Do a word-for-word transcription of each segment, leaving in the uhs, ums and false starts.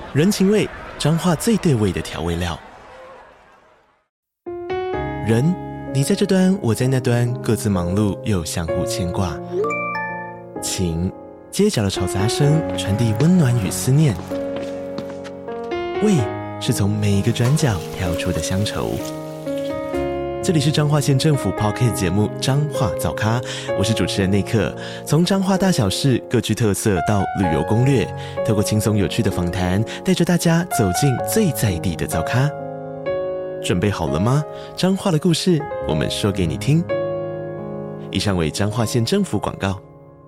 人情味，彰化最对味的调味料。人，你在这端，我在那端，各自忙碌又相互牵挂。情，街角的吵杂声传递温暖与思念。味，是从每一个转角跳出的乡愁。这里是彰化县政府 Podcast 节目《彰化早咖》，我是主持人内克。从彰化大小事各具特色到旅游攻略，透过轻松有趣的访谈，带着大家走进最在地的早咖。准备好了吗？彰化的故事，我们说给你听。以上为彰化县政府广告。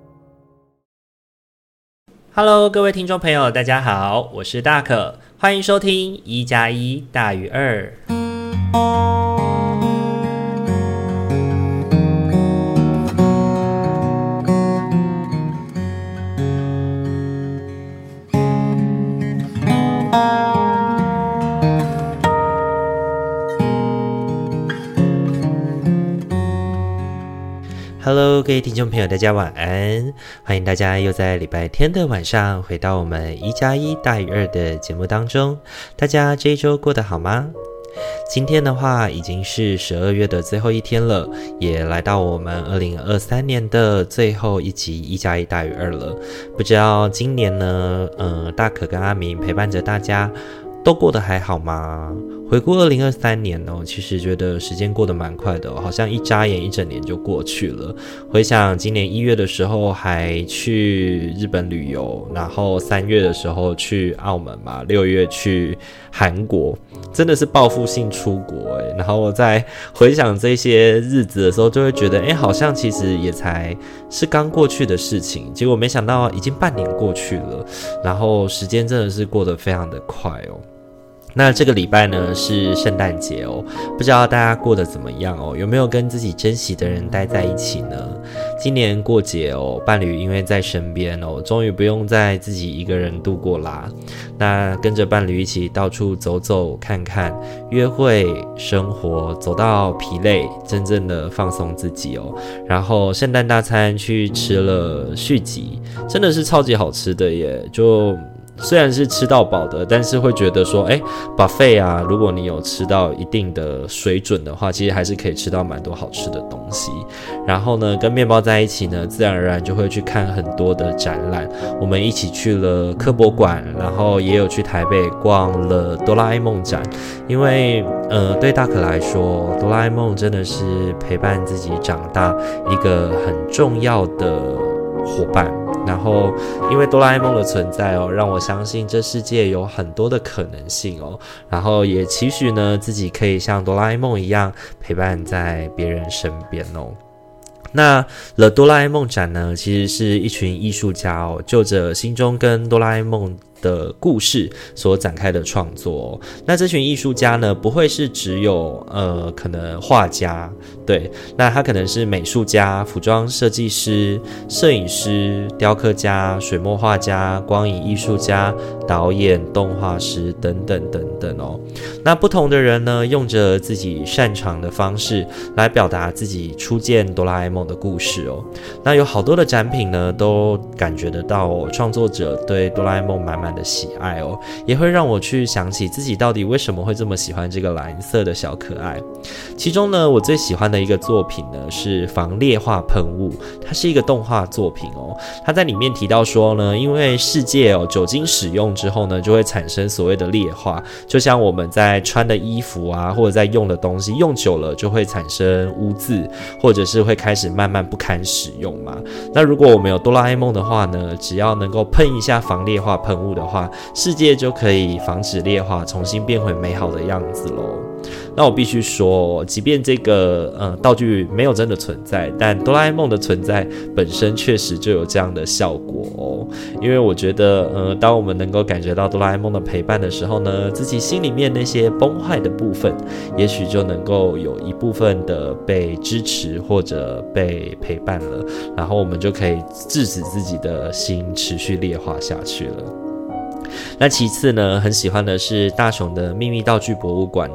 Hello， 各位听众朋友，大家好，我是大可，欢迎收听一加一大于二。Hello， 各位听众朋友，大家晚安！欢迎大家又在礼拜天的晚上回到我们一加一大于二的节目当中。大家这一周过得好吗？今天的话已经是十二月的最后一天了，也来到我们二零二三年的最后一集一加一大于二了。不知道今年呢，呃，大可跟阿明陪伴着大家，都过得还好吗？回顾二零二三年哦，其实觉得时间过得蛮快的哦，好像一眨眼一整年就过去了。回想今年一月的时候还去日本旅游，然后三月的时候去澳门嘛，六月去韩国，真的是报复性出国诶。然后我在回想这些日子的时候，就会觉得诶，好像其实也才是刚过去的事情，结果没想到已经半年过去了，然后时间真的是过得非常的快哦。那这个礼拜呢是圣诞节哦，不知道大家过得怎么样哦？有没有跟自己珍惜的人待在一起呢？今年过节哦，伴侣因为在身边哦，终于不用再自己一个人度过啦。那跟着伴侣一起到处走走看看，约会生活，走到疲累，真正的放松自己哦。然后圣诞大餐去吃了续集，真的是超级好吃的耶，就。虽然是吃到饱的，但是会觉得说，哎 ，buffet 啊，如果你有吃到一定的水准的话，其实还是可以吃到蛮多好吃的东西。然后呢，跟面包在一起呢，自然而然就会去看很多的展览。我们一起去了科博馆，然后也有去台北逛了哆啦 A 梦展。因为，呃，对大可来说，哆啦 A 梦真的是陪伴自己长大一个很重要的伙伴。然后因为哆啦 A 梦的存在哦，让我相信这世界有很多的可能性哦，然后也期许呢自己可以像哆啦 A 梦一样陪伴在别人身边哦。那了哆啦 A 梦展呢，其实是一群艺术家哦，就着心中跟哆啦 A 梦的故事所展开的创作哦。那这群艺术家呢，不会是只有呃可能画家，对，那他可能是美术家、服装设计师、摄影师、雕刻家、水墨画家、光影艺术家、导演、动画师等等等等哦。那不同的人呢，用着自己擅长的方式来表达自己初见哆啦 A 梦的故事哦。那有好多的展品呢，都感觉得到哦，创作者对哆啦 A 梦满满的喜爱哦，也会让我去想起自己到底为什么会这么喜欢这个蓝色的小可爱。其中呢，我最喜欢的一个作品呢是防裂化喷雾，它是一个动画作品哦。它在里面提到说呢，因为世界哦酒精使用之后呢，就会产生所谓的裂化，就像我们在穿的衣服啊，或者在用的东西用久了就会产生污渍，或者是会开始慢慢不堪使用嘛。那如果我们有哆啦 A 梦的话呢，只要能够喷一下防裂化喷雾的话，世界就可以防止裂化，重新变回美好的样子咯。那我必须说，即便这个呃道具没有真的存在，但哆啦 A 梦的存在本身确实就有这样的效果哦。因为我觉得，呃，当我们能够感觉到哆啦 A 梦的陪伴的时候呢，自己心里面那些崩坏的部分，也许就能够有一部分的被支持或者被陪伴了，然后我们就可以制止自己的心持续劣化下去了。那其次呢，很喜欢的是大雄的秘密道具博物馆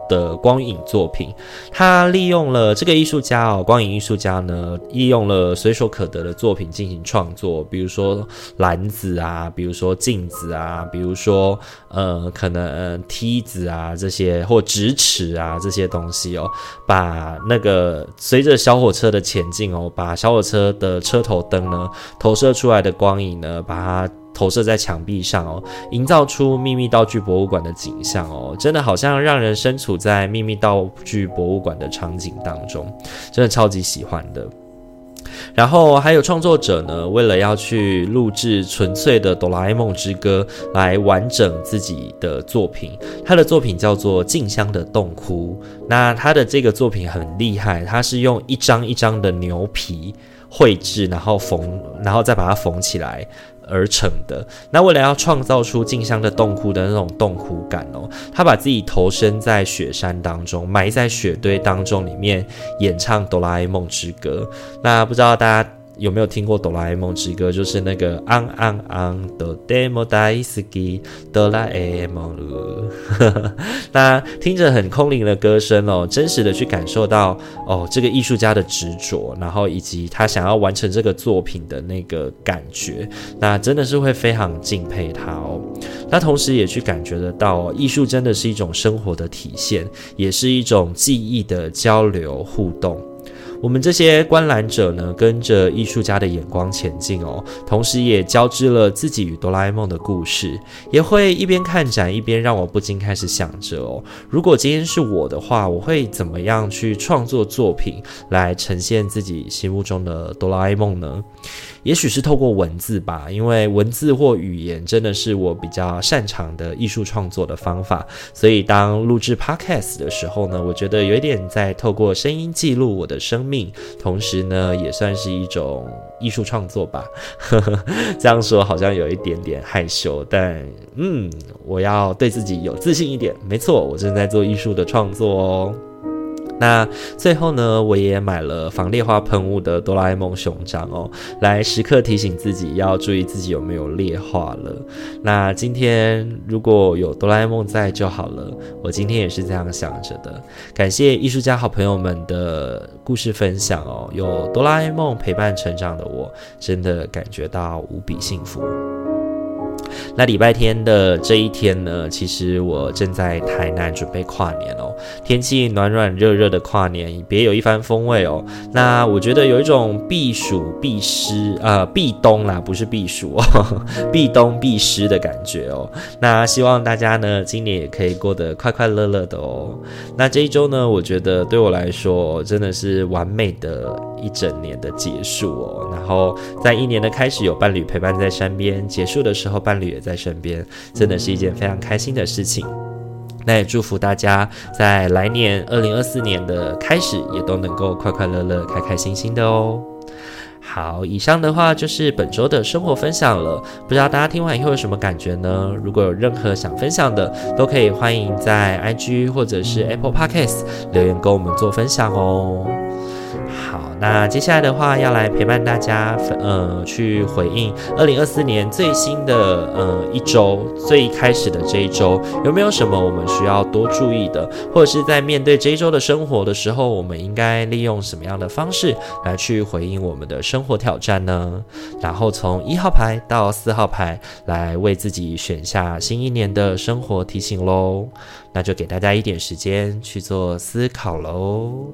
的光影作品。他利用了这个艺术家哦，光影艺术家呢，利用了随手可得的作品进行创作，比如说篮子啊，比如说镜子啊，比如说呃可能、呃、梯子啊这些，或直尺啊这些东西哦，把那个随着小火车的前进哦，把小火车的车头灯呢投射出来的光影呢，把它投射在墙壁上哦，营造出秘密道具博物馆的景象哦，真的好像让人身处在秘密道具博物馆的场景当中，真的超级喜欢的。然后还有创作者呢，为了要去录制纯粹的哆啦 A 梦之歌来完整自己的作品，他的作品叫做静香的洞窟。那他的这个作品很厉害，他是用一张一张的牛皮绘制，然后缝，然后再把它缝起来而成的。那为了要创造出静香的洞窟的那种洞窟感哦，他把自己投身在雪山当中，埋在雪堆当中里面演唱哆啦 A 梦之歌。那不知道大家有没有听过哆啦 A 梦之歌？就是那个昂昂昂哆得莫大斯基哆啦 A 梦了。那听着很空灵的歌声哦，真实的去感受到哦这个艺术家的执着，然后以及他想要完成这个作品的那个感觉，那真的是会非常敬佩他哦。那同时也去感觉得到哦，艺术真的是一种生活的体现，也是一种记忆的交流互动。我们这些观览者呢，跟着艺术家的眼光前进哦，同时也交织了自己与哆啦 A 梦的故事，也会一边看展一边让我不禁开始想着哦，如果今天是我的话，我会怎么样去创作作品来呈现自己心目中的哆啦 A 梦呢？也许是透过文字吧，因为文字或语言真的是我比较擅长的艺术创作的方法，所以当录制 podcast 的时候呢，我觉得有一点在透过声音记录我的生命，同时呢也算是一种艺术创作吧。这样说好像有一点点害羞，但嗯，我要对自己有自信一点。没错，我正在做艺术的创作哦。那最后呢，我也买了防裂化喷雾的哆啦 A 梦胸章哦，来时刻提醒自己要注意自己有没有裂化了。那今天如果有哆啦 A 梦在就好了，我今天也是这样想着的。感谢艺术家好朋友们的故事分享哦，有哆啦 A 梦陪伴成长的我，真的感觉到无比幸福。那礼拜天的这一天呢，其实我正在台南准备跨年哦，天气暖暖热热的跨年，别有一番风味哦。那我觉得有一种避暑避湿呃避冬啦，不是避暑哦，避冬避湿的感觉哦。那希望大家呢今年也可以过得快快乐乐的哦。那这一周呢，我觉得对我来说真的是完美的一整年的结束哦。然后在一年的开始有伴侣陪伴在身边，结束的时候伴侣也在身边，真的是一件非常开心的事情。那也祝福大家在来年二零二四年的开始也都能够快快乐乐开开心心的哦。好，以上的话就是本周的生活分享了，不知道大家听完以后有什么感觉呢？如果有任何想分享的，都可以欢迎在 I G 或者是 Apple Podcast 留言跟我们做分享哦。好，那接下来的话要来陪伴大家呃去回应二零二四年最新的呃一周，最开始的这一周有没有什么我们需要多注意的，或者是在面对这一周的生活的时候，我们应该利用什么样的方式来去回应我们的生活挑战呢？然后从一号牌到四号牌来为自己选下新一年的生活提醒咯。那就给大家一点时间去做思考咯。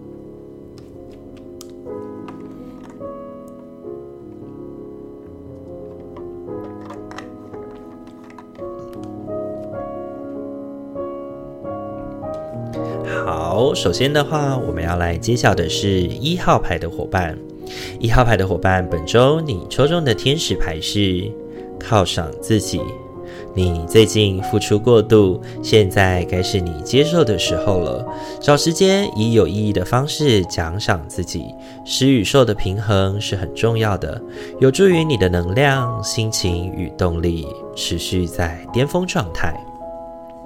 好，首先的话，我们要来揭晓的是一号牌的伙伴。一号牌的伙伴，本周你抽中的天使牌是犒赏自己。你最近付出过度，现在该是你接受的时候了。找时间以有意义的方式奖赏自己，施与受的平衡是很重要的，有助于你的能量、心情与动力持续在巅峰状态。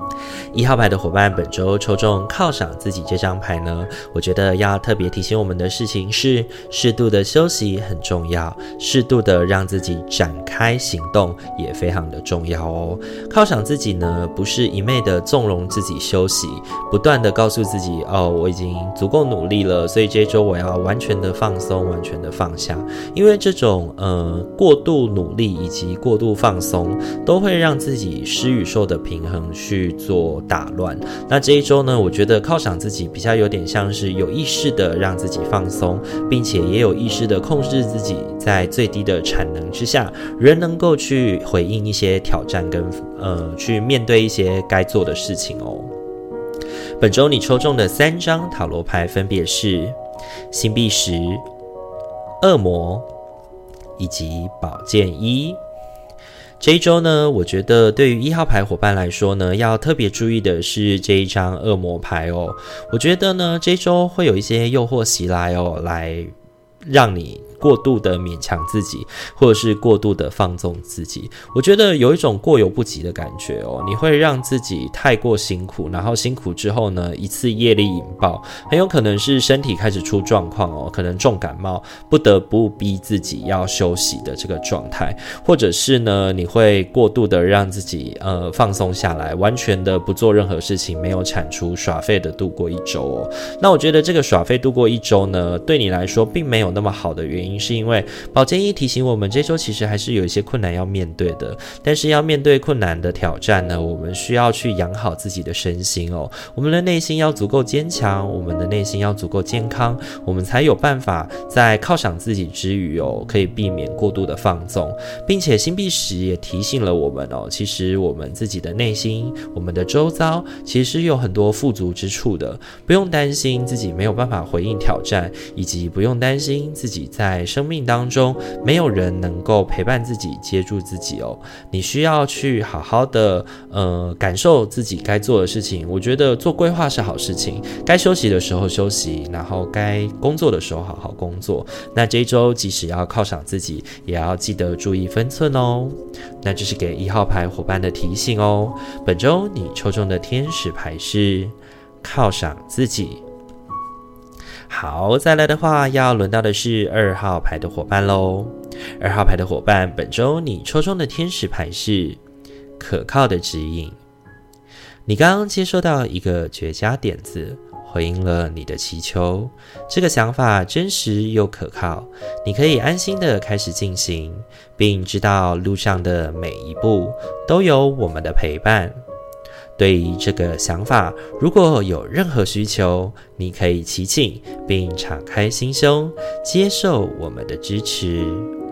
一号牌的伙伴，本周抽中犒赏自己这张牌呢，我觉得要特别提醒我们的事情是，适度的休息很重要，适度的让自己展开行动也非常的重要哦。犒赏自己呢，不是一昧的纵容自己休息，不断的告诉自己哦，我已经足够努力了，所以这周我要完全的放松，完全的放下。因为这种呃过度努力以及过度放松，都会让自己施与受的平衡去做打乱。那这一周呢，我觉得犒赏自己比较有点像是有意识的让自己放松，并且也有意识的控制自己在最低的产能之下，仍能够去回应一些挑战跟呃去面对一些该做的事情哦。本周你抽中的三张塔罗牌分别是星币十、恶魔以及宝剑一。这一周呢，我觉得对于一号牌伙伴来说呢，要特别注意的是这一张恶魔牌哦。我觉得呢，这一周会有一些诱惑袭来哦，来让你过度的勉强自己，或者是过度的放纵自己。我觉得有一种过犹不及的感觉哦，你会让自己太过辛苦，然后辛苦之后呢，一次业力引爆，很有可能是身体开始出状况哦，可能重感冒，不得不逼自己要休息的这个状态，或者是呢，你会过度的让自己呃放松下来，完全的不做任何事情，没有产出，耍废的度过一周哦。那我觉得这个耍废度过一周呢，对你来说并没有那么好的原因，是因为宝剑一提醒我们，这周其实还是有一些困难要面对的。但是要面对困难的挑战呢，我们需要去养好自己的身心哦。我们的内心要足够坚强，我们的内心要足够健康，我们才有办法在犒赏自己之余哦，可以避免过度的放纵。并且星币十也提醒了我们哦，其实我们自己的内心，我们的周遭其实有很多富足之处的，不用担心自己没有办法回应挑战，以及不用担心自己在生命当中没有人能够陪伴自己，接住自己哦。你需要去好好的呃感受自己该做的事情。我觉得做规划是好事情，该休息的时候休息，然后该工作的时候好好工作。那这一周即使要犒赏自己，也要记得注意分寸哦。那这是给一号牌伙伴的提醒哦。本周你抽中的天使牌是犒赏自己。好，再来的话，要轮到的是二号牌的伙伴咯。二号牌的伙伴，本周你抽中的天使牌是可靠的指引。你刚刚接收到一个绝佳点子，回应了你的祈求，这个想法真实又可靠，你可以安心的开始进行，并知道路上的每一步都有我们的陪伴。对于这个想法，如果有任何需求，你可以祈请并敞开心胸，接受我们的支持。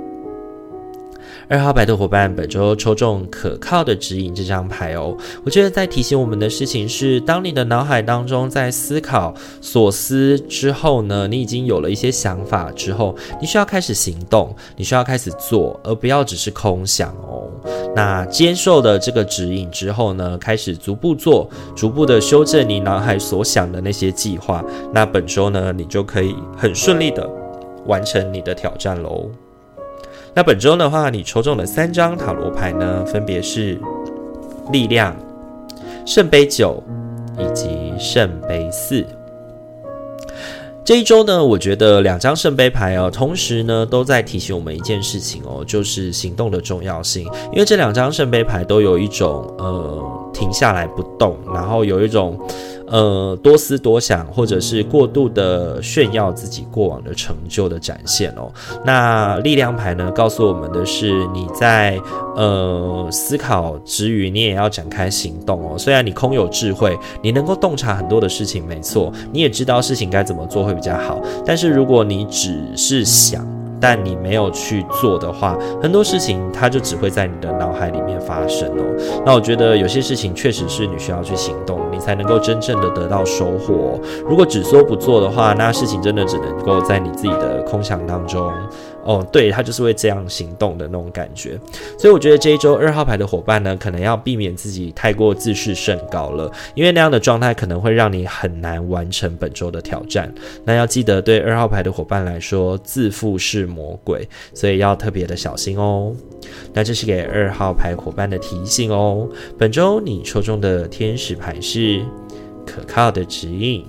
二号牌的伙伴，本周抽中可靠的指引这张牌哦。我觉得在提醒我们的事情是，当你的脑海当中在思考、所思之后呢，你已经有了一些想法之后，你需要开始行动，你需要开始做，而不要只是空想哦。那接受了这个指引之后呢，开始逐步做，逐步的修正你脑海所想的那些计划。那本周呢，你就可以很顺利的完成你的挑战咯。那本周的话，你抽中的三张塔罗牌呢，分别是力量、圣杯九以及圣杯四。这一周呢，我觉得两张圣杯牌哦，同时呢都在提醒我们一件事情哦，就是行动的重要性。因为这两张圣杯牌都有一种呃停下来不动，然后有一种呃多思多想，或者是过度的炫耀自己过往的成就的展现哦。那力量牌呢，告诉我们的是你在呃思考之余，你也要展开行动哦。虽然你空有智慧，你能够洞察很多的事情，没错，你也知道事情该怎么做会比较好。但是如果你只是想，但你没有去做的话，很多事情它就只会在你的脑海里面发生哦。那我觉得有些事情确实是你需要去行动，你才能够真正的得到收获哦。如果只说不做的话，那事情真的只能够在你自己的空想当中哦，对，他就是会这样行动的那种感觉。所以我觉得这一周二号牌的伙伴呢，可能要避免自己太过自视甚高了，因为那样的状态可能会让你很难完成本周的挑战。那要记得，对二号牌的伙伴来说，自负是魔鬼，所以要特别的小心哦。那这是给二号牌伙伴的提醒哦。本周你抽中的天使牌是可靠的指引。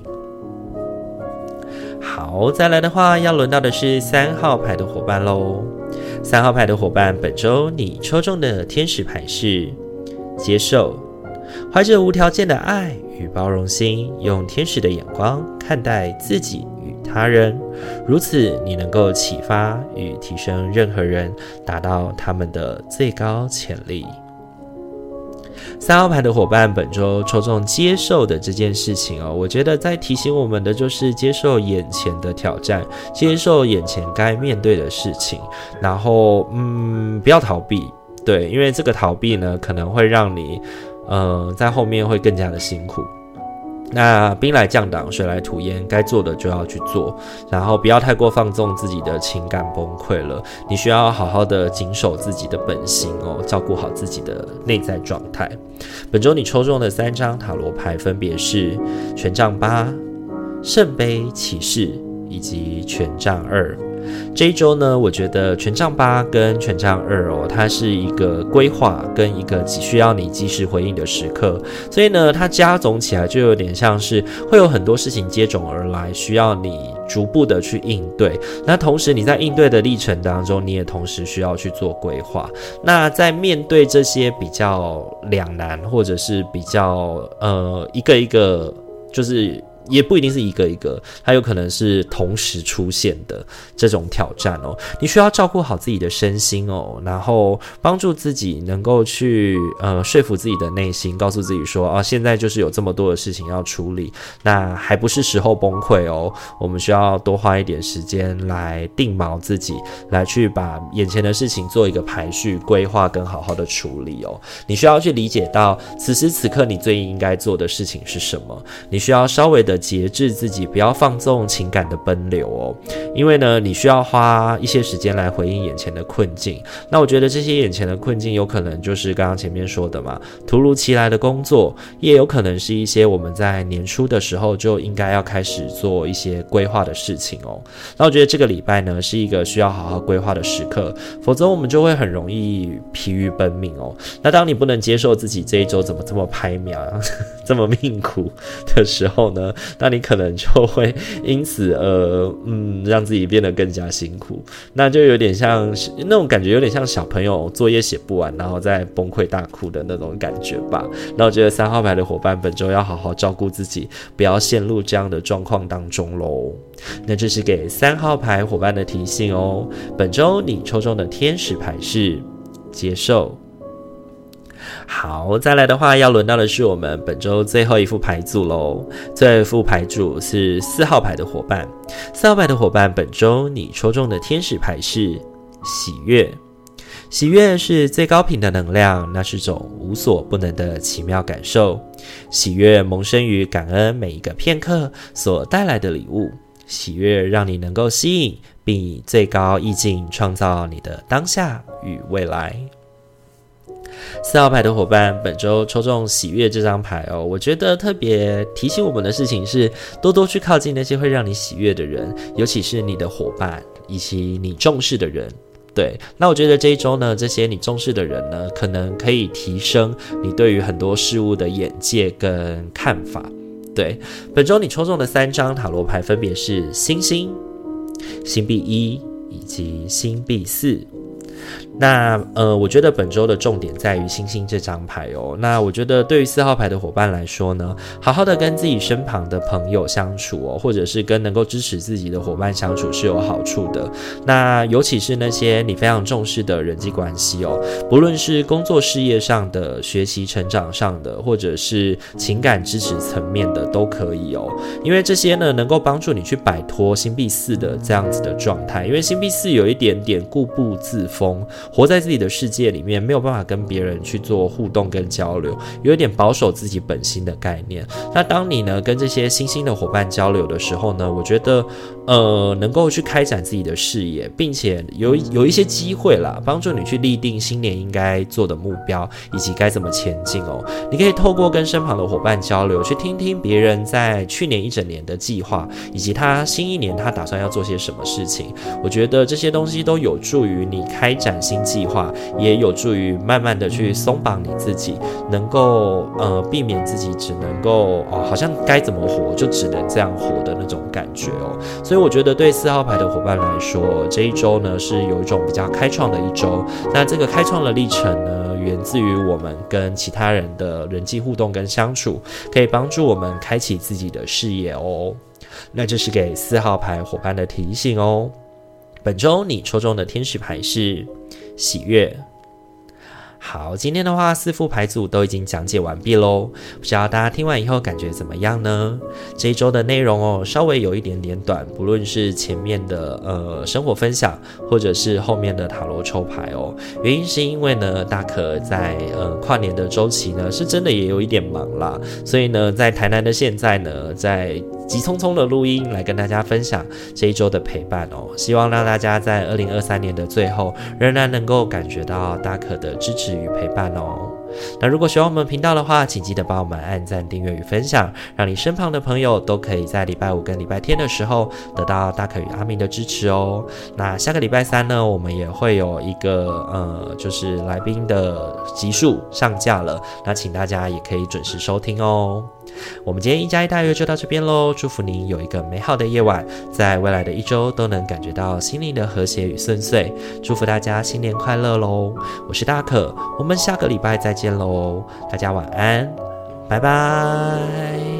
好，再来的话，要轮到的是三号牌的伙伴咯。三号牌的伙伴，本周你抽中的天使牌是接受，怀着无条件的爱与包容心，用天使的眼光看待自己与他人，如此你能够启发与提升任何人，达到他们的最高潜力。三号牌的伙伴，本周抽中接受的这件事情哦，我觉得在提醒我们的就是接受眼前的挑战，接受眼前该面对的事情，然后嗯，不要逃避，对，因为这个逃避呢，可能会让你呃在后面会更加的辛苦。那兵来将挡，水来土掩，该做的就要去做，然后不要太过放纵自己的情感崩溃了。你需要好好的谨守自己的本心哦，照顾好自己的内在状态。本周你抽中的三张塔罗牌分别是权杖八、圣杯骑士以及权杖二。这一周呢，我觉得权杖八跟权杖二哦，它是一个规划跟一个需要你及时回应的时刻，所以呢，它加总起来就有点像是会有很多事情接踵而来，需要你逐步的去应对。那同时你在应对的历程当中，你也同时需要去做规划。那在面对这些比较两难，或者是比较呃一个一个就是。也不一定是一个一个，它有可能是同时出现的这种挑战哦。你需要照顾好自己的身心哦，然后帮助自己能够去呃说服自己的内心，告诉自己说啊，现在就是有这么多的事情要处理，那还不是时候崩溃哦。我们需要多花一点时间来定锚自己，来去把眼前的事情做一个排序、规划跟好好的处理哦。你需要去理解到此时此刻你最应该做的事情是什么，你需要稍微的节制自己，不要放纵情感的奔流哦。因为呢，你需要花一些时间来回应眼前的困境。那我觉得这些眼前的困境，有可能就是刚刚前面说的嘛，突如其来的工作，也有可能是一些我们在年初的时候就应该要开始做一些规划的事情哦。那我觉得这个礼拜呢，是一个需要好好规划的时刻，否则我们就会很容易疲于奔命哦。那当你不能接受自己这一周怎么这么拍苗，这么命苦的时候呢，那你可能就会因此呃嗯让自己变得更加辛苦，那就有点像那种感觉，有点像小朋友作业写不完然后再崩溃大哭的那种感觉吧。那我觉得三号牌的伙伴本周要好好照顾自己，不要陷入这样的状况当中咯。那这是给三号牌伙伴的提醒哦。本周你抽中的天使牌是接受。好，再来的话，要轮到的是我们本周最后一副牌组咯。最后一副牌组是四号牌的伙伴。四号牌的伙伴，本周你抽中的天使牌是喜悦。喜悦是最高频的能量，那是种无所不能的奇妙感受。喜悦萌生于感恩每一个片刻所带来的礼物。喜悦让你能够吸引，并以最高意境创造你的当下与未来。四号牌的伙伴，本周抽中喜悦这张牌哦，我觉得特别提醒我们的事情是，多多去靠近那些会让你喜悦的人，尤其是你的伙伴以及你重视的人。对，那我觉得这一周呢，这些你重视的人呢，可能可以提升你对于很多事物的眼界跟看法。对，本周你抽中的三张塔罗牌分别是星星、星币一以及星币四。那呃，我觉得本周的重点在于星星这张牌哦。那我觉得对于四号牌的伙伴来说呢，好好的跟自己身旁的朋友相处哦，或者是跟能够支持自己的伙伴相处是有好处的。那尤其是那些你非常重视的人际关系哦，不论是工作事业上的、学习成长上的，或者是情感支持层面的都可以哦。因为这些呢，能够帮助你去摆脱星币四的这样子的状态。因为星币四有一点点固步自封，活在自己的世界里面，没有办法跟别人去做互动跟交流，有一点保守自己本心的概念。那当你呢跟这些新兴的伙伴交流的时候呢，我觉得呃能够去开展自己的事业，并且有有一些机会啦，帮助你去立定新年应该做的目标以及该怎么前进哦。你可以透过跟身旁的伙伴交流，去听听别人在去年一整年的计划，以及他新一年他打算要做些什么事情。我觉得这些东西都有助于你开展新计划，也有助于慢慢的去松绑你自己，能够呃避免自己只能够哦好像该怎么活就只能这样活的那种感觉哦。所以我觉得对四号牌的伙伴来说，这一周呢是有一种比较开创的一周。那这个开创的历程呢，源自于我们跟其他人的人际互动跟相处，可以帮助我们开启自己的事业哦。那这是给四号牌伙伴的提醒哦。本周你抽中的天使牌是喜悦。好，今天的话四副牌组都已经讲解完毕咯，不知道大家听完以后感觉怎么样呢？这一周的内容哦，稍微有一点点短，不论是前面的呃生活分享，或者是后面的塔罗抽牌哦。原因是因为呢，大可在呃跨年的周期呢，是真的也有一点忙啦，所以呢，在台南的现在呢，在急匆匆的录音来跟大家分享这一周的陪伴哦，希望让大家在二零二三年的最后，仍然能够感觉到大可的支持与陪伴哦。那如果喜欢我们频道的话，请记得帮我们按赞、订阅与分享，让你身旁的朋友都可以在礼拜五跟礼拜天的时候得到大可与阿明的支持哦。那下个礼拜三呢，我们也会有一个呃，就是来宾的集数上架了，那请大家也可以准时收听哦。我们今天一加一大约就到这边咯，祝福您有一个美好的夜晚，在未来的一周都能感觉到心灵的和谐与顺遂，祝福大家新年快乐咯。我是大可，我们下个礼拜再见咯，大家晚安，拜拜。